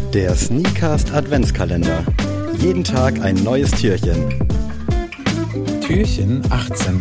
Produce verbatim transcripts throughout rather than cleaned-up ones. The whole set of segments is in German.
Der Sneakcast Adventskalender. Jeden Tag ein neues Türchen. Türchen achtzehn.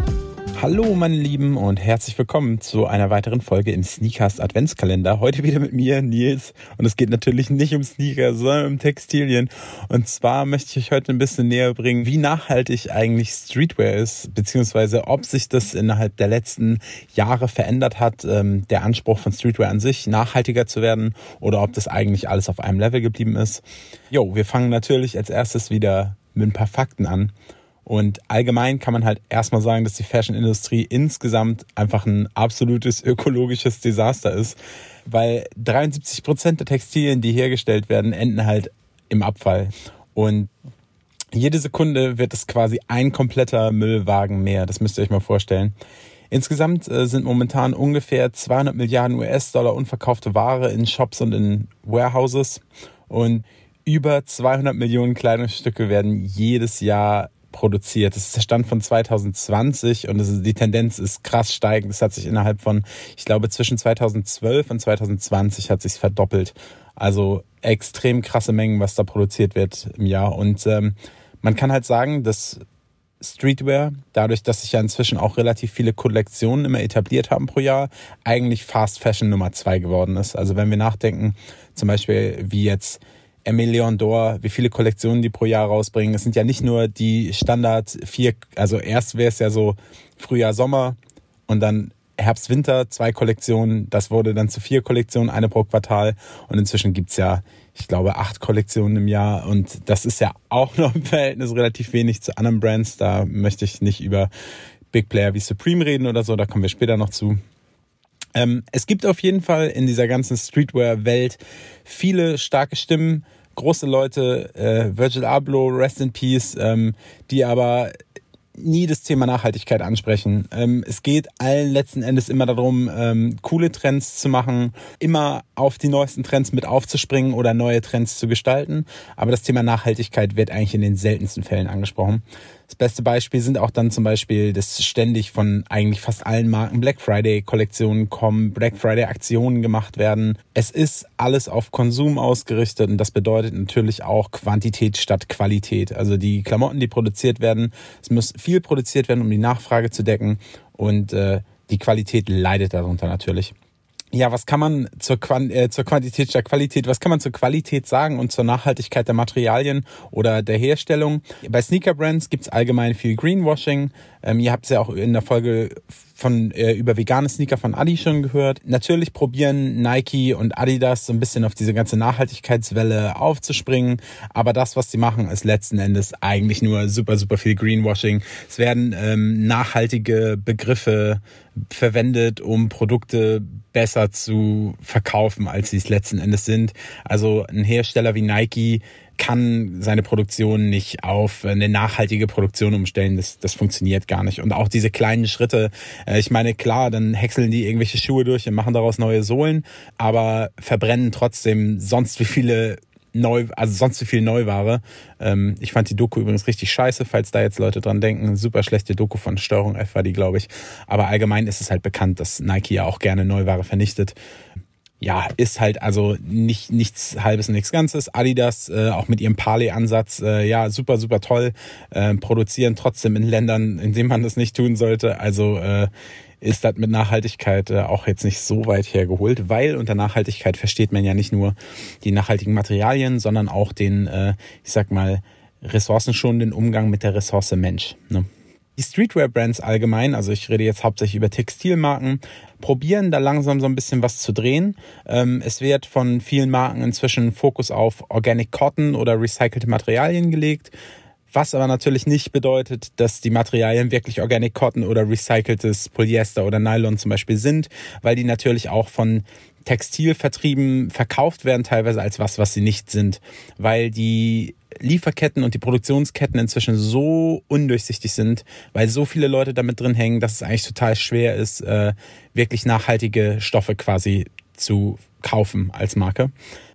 Hallo meine Lieben und herzlich willkommen zu einer weiteren Folge im Sneakcast Adventskalender. Heute wieder mit mir, Nils. Und es geht natürlich nicht um Sneaker, sondern um Textilien. Und zwar möchte ich euch heute ein bisschen näher bringen, wie nachhaltig eigentlich Streetwear ist, beziehungsweise ob sich das innerhalb der letzten Jahre verändert hat, ähm, der Anspruch von Streetwear an sich, nachhaltiger zu werden, oder ob das eigentlich alles auf einem Level geblieben ist. Jo, wir fangen natürlich als erstes wieder mit ein paar Fakten an. Und allgemein kann man halt erstmal sagen, dass die Fashion-Industrie insgesamt einfach ein absolutes ökologisches Desaster ist, weil dreiundsiebzig Prozent der Textilien, die hergestellt werden, enden halt im Abfall. Und jede Sekunde wird es quasi ein kompletter Müllwagen mehr. Das müsst ihr euch mal vorstellen. Insgesamt äh, sind momentan ungefähr zweihundert Milliarden U S-Dollar unverkaufte Ware in Shops und in Warehouses. Und über zweihundert Millionen Kleidungsstücke werden jedes Jahr produziert. Das ist der Stand von zwanzig zwanzig und das ist, die Tendenz ist krass steigend. Das hat sich innerhalb von, ich glaube, zwischen zweitausendzwölf und zwanzig zwanzig hat sich verdoppelt. Also extrem krasse Mengen, was da produziert wird im Jahr. Und ähm, man kann halt sagen, dass Streetwear, dadurch, dass sich ja inzwischen auch relativ viele Kollektionen immer etabliert haben pro Jahr, eigentlich Fast Fashion Nummer zwei geworden ist. Also wenn wir nachdenken, zum Beispiel wie jetzt Aimé Leon Dore, wie viele Kollektionen die pro Jahr rausbringen. Es sind ja nicht nur die Standard vier, also erst wäre es ja so Frühjahr, Sommer und dann Herbst, Winter, zwei Kollektionen. Das wurde dann zu vier Kollektionen, eine pro Quartal. Und inzwischen gibt's ja, ich glaube, acht Kollektionen im Jahr. Und das ist ja auch noch im Verhältnis relativ wenig zu anderen Brands. Da möchte ich nicht über Big Player wie Supreme reden oder so, da kommen wir später noch zu. Ähm, es gibt auf jeden Fall in dieser ganzen Streetwear-Welt viele starke Stimmen, große Leute, äh, Virgil Abloh, Rest in Peace, ähm, die aber nie das Thema Nachhaltigkeit ansprechen. Ähm, es geht allen letzten Endes immer darum, ähm, coole Trends zu machen, immer auf die neuesten Trends mit aufzuspringen oder neue Trends zu gestalten. Aber das Thema Nachhaltigkeit wird eigentlich in den seltensten Fällen angesprochen. Das beste Beispiel sind auch dann zum Beispiel, dass ständig von eigentlich fast allen Marken Black Friday-Kollektionen kommen, Black Friday-Aktionen gemacht werden. Es ist alles auf Konsum ausgerichtet und das bedeutet natürlich auch Quantität statt Qualität. Also die Klamotten, die produziert werden, es muss viel produziert werden, um die Nachfrage zu decken und äh, die Qualität leidet darunter natürlich. Ja, was kann man zur, Quant- äh, zur Quantität statt Qualität, was kann man zur Qualität sagen und zur Nachhaltigkeit der Materialien oder der Herstellung? Bei Sneaker-Brands gibt's allgemein viel Greenwashing. Ähm, ihr habt es ja auch in der Folge von äh, über vegane Sneaker von Adi schon gehört. Natürlich probieren Nike und Adidas so ein bisschen auf diese ganze Nachhaltigkeitswelle aufzuspringen, aber das, was sie machen, ist letzten Endes eigentlich nur super, super viel Greenwashing. Es werden ähm, nachhaltige Begriffe verwendet, um Produkte besser zu verkaufen, als sie es letzten Endes sind. Also ein Hersteller wie Nike kann seine Produktion nicht auf eine nachhaltige Produktion umstellen. Das, das funktioniert gar nicht. Und auch diese kleinen Schritte, äh, ich meine, klar, dann häckseln die irgendwelche Schuhe durch und machen daraus neue Sohlen, aber verbrennen trotzdem sonst wie viele Neu, also sonst wie viel Neuware. Ähm, ich fand die Doku übrigens richtig scheiße, falls da jetzt Leute dran denken. Super schlechte Doku von Steuerung F war die, glaube ich. Aber allgemein ist es halt bekannt, dass Nike ja auch gerne Neuware vernichtet. Ja, ist halt also nicht nichts Halbes und nichts Ganzes. Adidas, äh, auch mit ihrem Parley-Ansatz, äh, ja, super, super toll. Äh, produzieren trotzdem in Ländern, in denen man das nicht tun sollte. Also äh, ist das mit Nachhaltigkeit äh, auch jetzt nicht so weit hergeholt, weil unter Nachhaltigkeit versteht man ja nicht nur die nachhaltigen Materialien, sondern auch den, äh, ich sag mal, ressourcenschonenden Umgang mit der Ressource Mensch, ne? Die Streetwear-Brands allgemein, also ich rede jetzt hauptsächlich über Textilmarken, probieren da langsam so ein bisschen was zu drehen. Ähm, es wird von vielen Marken inzwischen Fokus auf Organic Cotton oder recycelte Materialien gelegt, was aber natürlich nicht bedeutet, dass die Materialien wirklich Organic Cotton oder recyceltes Polyester oder Nylon zum Beispiel sind, weil die natürlich auch von Textilvertrieben verkauft werden, teilweise als was, was sie nicht sind, weil die Lieferketten und die Produktionsketten inzwischen so undurchsichtig sind, weil so viele Leute damit drin hängen, dass es eigentlich total schwer ist, äh, wirklich nachhaltige Stoffe quasi zu kaufen als Marke.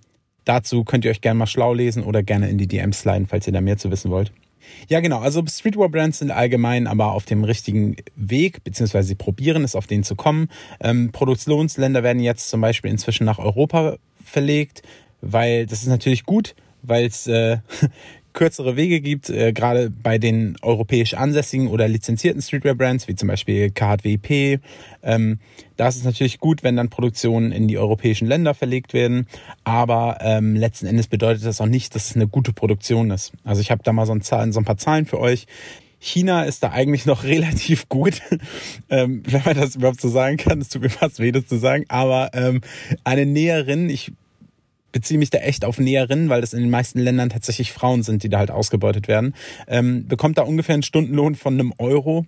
Dazu könnt ihr euch gerne mal schlau lesen oder gerne in die D Ms sliden, falls ihr da mehr zu wissen wollt. Ja, genau. Also Streetwear-Brands sind allgemein aber auf dem richtigen Weg, beziehungsweise sie probieren es, auf den zu kommen. Ähm, Produktionsländer werden jetzt zum Beispiel inzwischen nach Europa verlegt. weil das ist natürlich gut, weil es äh, kürzere Wege gibt, äh, gerade bei den europäisch ansässigen oder lizenzierten Streetwear-Brands, wie zum Beispiel K H W P. Ähm, da ist es natürlich gut, wenn dann Produktionen in die europäischen Länder verlegt werden, aber ähm, letzten Endes bedeutet das auch nicht, dass es eine gute Produktion ist. Also ich habe da mal so ein, Zahlen, so ein paar Zahlen für euch. China ist da eigentlich noch relativ gut, ähm, wenn man das überhaupt so sagen kann. Es tut mir fast weh, das zu sagen, aber ähm, eine Näherin, ich beziehe mich da echt auf Näherinnen, weil das in den meisten Ländern tatsächlich Frauen sind, die da halt ausgebeutet werden, ähm, bekommt da ungefähr einen Stundenlohn von einem Euro.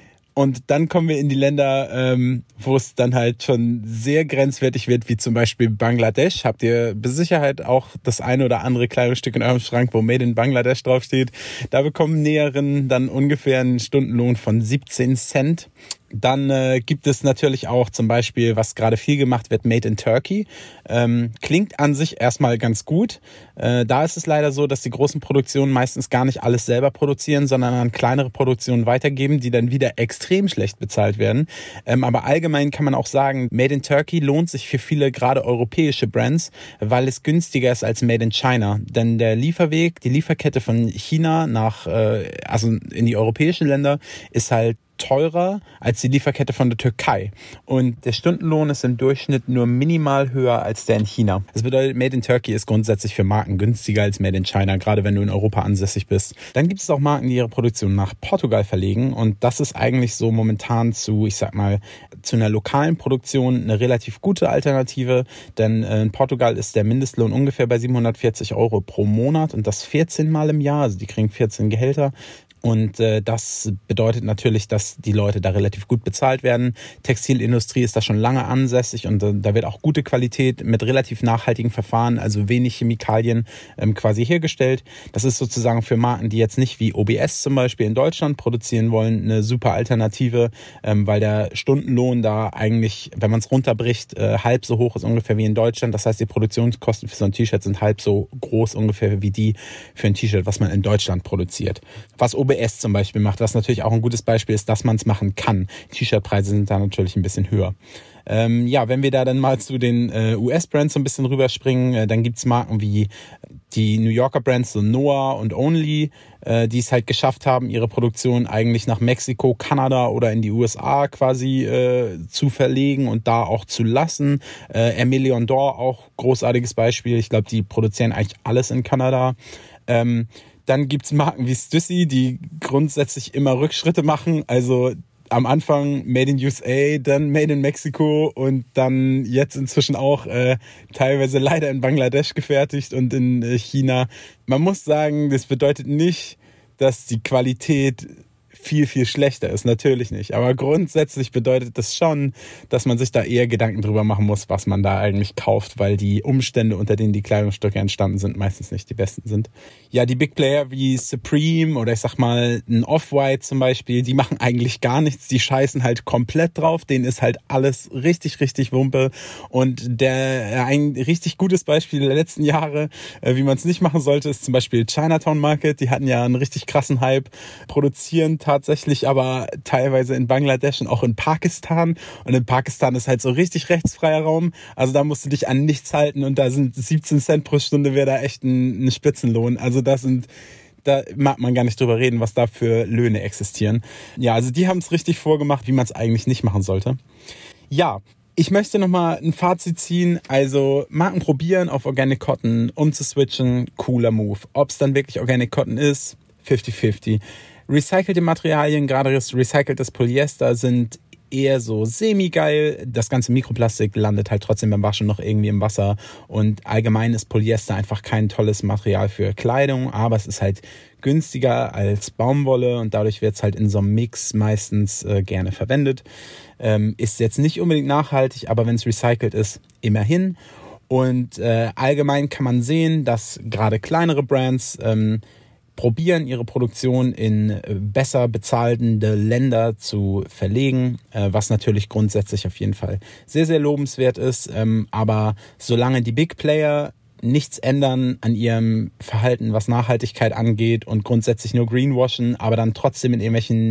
Und dann kommen wir in die Länder, ähm, wo es dann halt schon sehr grenzwertig wird, wie zum Beispiel Bangladesch. Habt ihr mit Sicherheit auch das eine oder andere kleine Stück in eurem Schrank, wo Made in Bangladesch draufsteht. Da bekommen Näherinnen dann ungefähr einen Stundenlohn von siebzehn Cent. Dann äh, gibt es natürlich auch zum Beispiel, was gerade viel gemacht wird, Made in Turkey. Ähm, klingt an sich erstmal ganz gut. Äh, da ist es leider so, dass die großen Produktionen meistens gar nicht alles selber produzieren, sondern an kleinere Produktionen weitergeben, die dann wieder extrem schlecht bezahlt werden. Ähm, aber allgemein kann man auch sagen, Made in Turkey lohnt sich für viele gerade europäische Brands, weil es günstiger ist als Made in China. Denn der Lieferweg, die Lieferkette von China nach, äh, also in die europäischen Länder, ist halt teurer als die Lieferkette von der Türkei. Und der Stundenlohn ist im Durchschnitt nur minimal höher als der in China. Das bedeutet, Made in Turkey ist grundsätzlich für Marken günstiger als Made in China, gerade wenn du in Europa ansässig bist. Dann gibt es auch Marken, die ihre Produktion nach Portugal verlegen. Und das ist eigentlich so momentan zu, ich sag mal, zu einer lokalen Produktion eine relativ gute Alternative. Denn in Portugal ist der Mindestlohn ungefähr bei siebenhundertvierzig Euro pro Monat und das vierzehn Mal im Jahr. Also die kriegen vierzehn Gehälter. Und äh, das bedeutet natürlich, dass die Leute da relativ gut bezahlt werden. Textilindustrie ist da schon lange ansässig und äh, da wird auch gute Qualität mit relativ nachhaltigen Verfahren, also wenig Chemikalien ähm, quasi hergestellt. Das ist sozusagen für Marken, die jetzt nicht wie O B S zum Beispiel in Deutschland produzieren wollen, eine super Alternative, ähm, weil der Stundenlohn da eigentlich, wenn man es runterbricht, äh, halb so hoch ist ungefähr wie in Deutschland. Das heißt, die Produktionskosten für so ein T-Shirt sind halb so groß ungefähr wie die für ein T-Shirt, was man in Deutschland produziert. Was O B S zum Beispiel macht, was natürlich auch ein gutes Beispiel ist, dass man es machen kann. T-Shirt-Preise sind da natürlich ein bisschen höher. Ähm, ja, wenn wir da dann mal zu den äh, U S-Brands so ein bisschen rüberspringen, äh, dann gibt's Marken wie die New Yorker Brands, so Noah und Only, äh, die es halt geschafft haben, ihre Produktion eigentlich nach Mexiko, Kanada oder in die U S A quasi äh, zu verlegen und da auch zu lassen. Äh, Emilion Dor, auch großartiges Beispiel. Ich glaube, die produzieren eigentlich alles in Kanada. Ähm, Dann gibt's Marken wie Stussy, die grundsätzlich immer Rückschritte machen. Also am Anfang Made in U S A, dann Made in Mexiko und dann jetzt inzwischen auch äh, teilweise leider in Bangladesch gefertigt und in äh, China. Man muss sagen, das bedeutet nicht, dass die Qualität viel, viel schlechter ist. Natürlich nicht. Aber grundsätzlich bedeutet das schon, dass man sich da eher Gedanken drüber machen muss, was man da eigentlich kauft, weil die Umstände, unter denen die Kleidungsstücke entstanden sind, meistens nicht die besten sind. Ja, die Big Player wie Supreme oder ich sag mal ein Off-White zum Beispiel, die machen eigentlich gar nichts. Die scheißen halt komplett drauf. Denen ist halt alles richtig, richtig Wumpe. Und der ein richtig gutes Beispiel der letzten Jahre, wie man es nicht machen sollte, ist zum Beispiel Chinatown Market. Die hatten ja einen richtig krassen Hype, produzieren tatsächlich aber teilweise in Bangladesch und auch in Pakistan. Und in Pakistan ist halt so richtig rechtsfreier Raum. Also da musst du dich an nichts halten und da sind siebzehn Cent pro Stunde, wäre da echt ein, ein Spitzenlohn. Also das sind, da mag man gar nicht drüber reden, was da für Löhne existieren. Ja, also die haben es richtig vorgemacht, wie man es eigentlich nicht machen sollte. Ja, ich möchte nochmal ein Fazit ziehen. Also Marken probieren, auf Organic Cotton umzuswitchen, cooler Move. Ob es dann wirklich Organic Cotton ist, fifty fifty. Recycelte Materialien, gerade recyceltes Polyester, sind eher so semi-geil. Das ganze Mikroplastik landet halt trotzdem beim Waschen noch irgendwie im Wasser. Und allgemein ist Polyester einfach kein tolles Material für Kleidung, aber es ist halt günstiger als Baumwolle und dadurch wird es halt in so einem Mix meistens äh, gerne verwendet. Ähm, ist jetzt nicht unbedingt nachhaltig, aber wenn es recycelt ist, immerhin. Und äh, allgemein kann man sehen, dass gerade kleinere Brands ähm, probieren, ihre Produktion in besser bezahlende Länder zu verlegen, was natürlich grundsätzlich auf jeden Fall sehr, sehr lobenswert ist. Aber solange die Big Player nichts ändern an ihrem Verhalten, was Nachhaltigkeit angeht und grundsätzlich nur greenwashen, aber dann trotzdem in irgendwelchen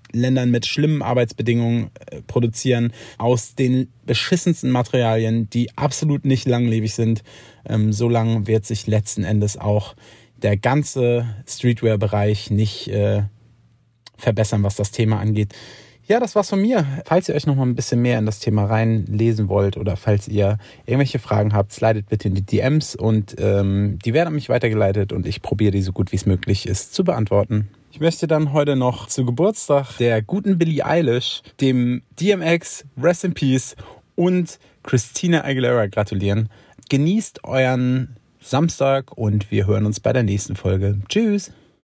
Ländern mit schlimmen Arbeitsbedingungen äh, produzieren, aus den beschissensten Materialien, die absolut nicht langlebig sind. Ähm, so lang wird sich letzten Endes auch der ganze Streetwear-Bereich nicht äh, verbessern, was das Thema angeht. Ja, das war's von mir. Falls ihr euch noch mal ein bisschen mehr in das Thema reinlesen wollt oder falls ihr irgendwelche Fragen habt, slidet bitte in die D Ms und ähm, die werden an mich weitergeleitet und ich probiere die so gut wie es möglich ist zu beantworten. Ich möchte dann heute noch zu Geburtstag der guten Billie Eilish, dem D M X, Rest in Peace und Christina Aguilera gratulieren. Genießt euren Samstag und wir hören uns bei der nächsten Folge. Tschüss!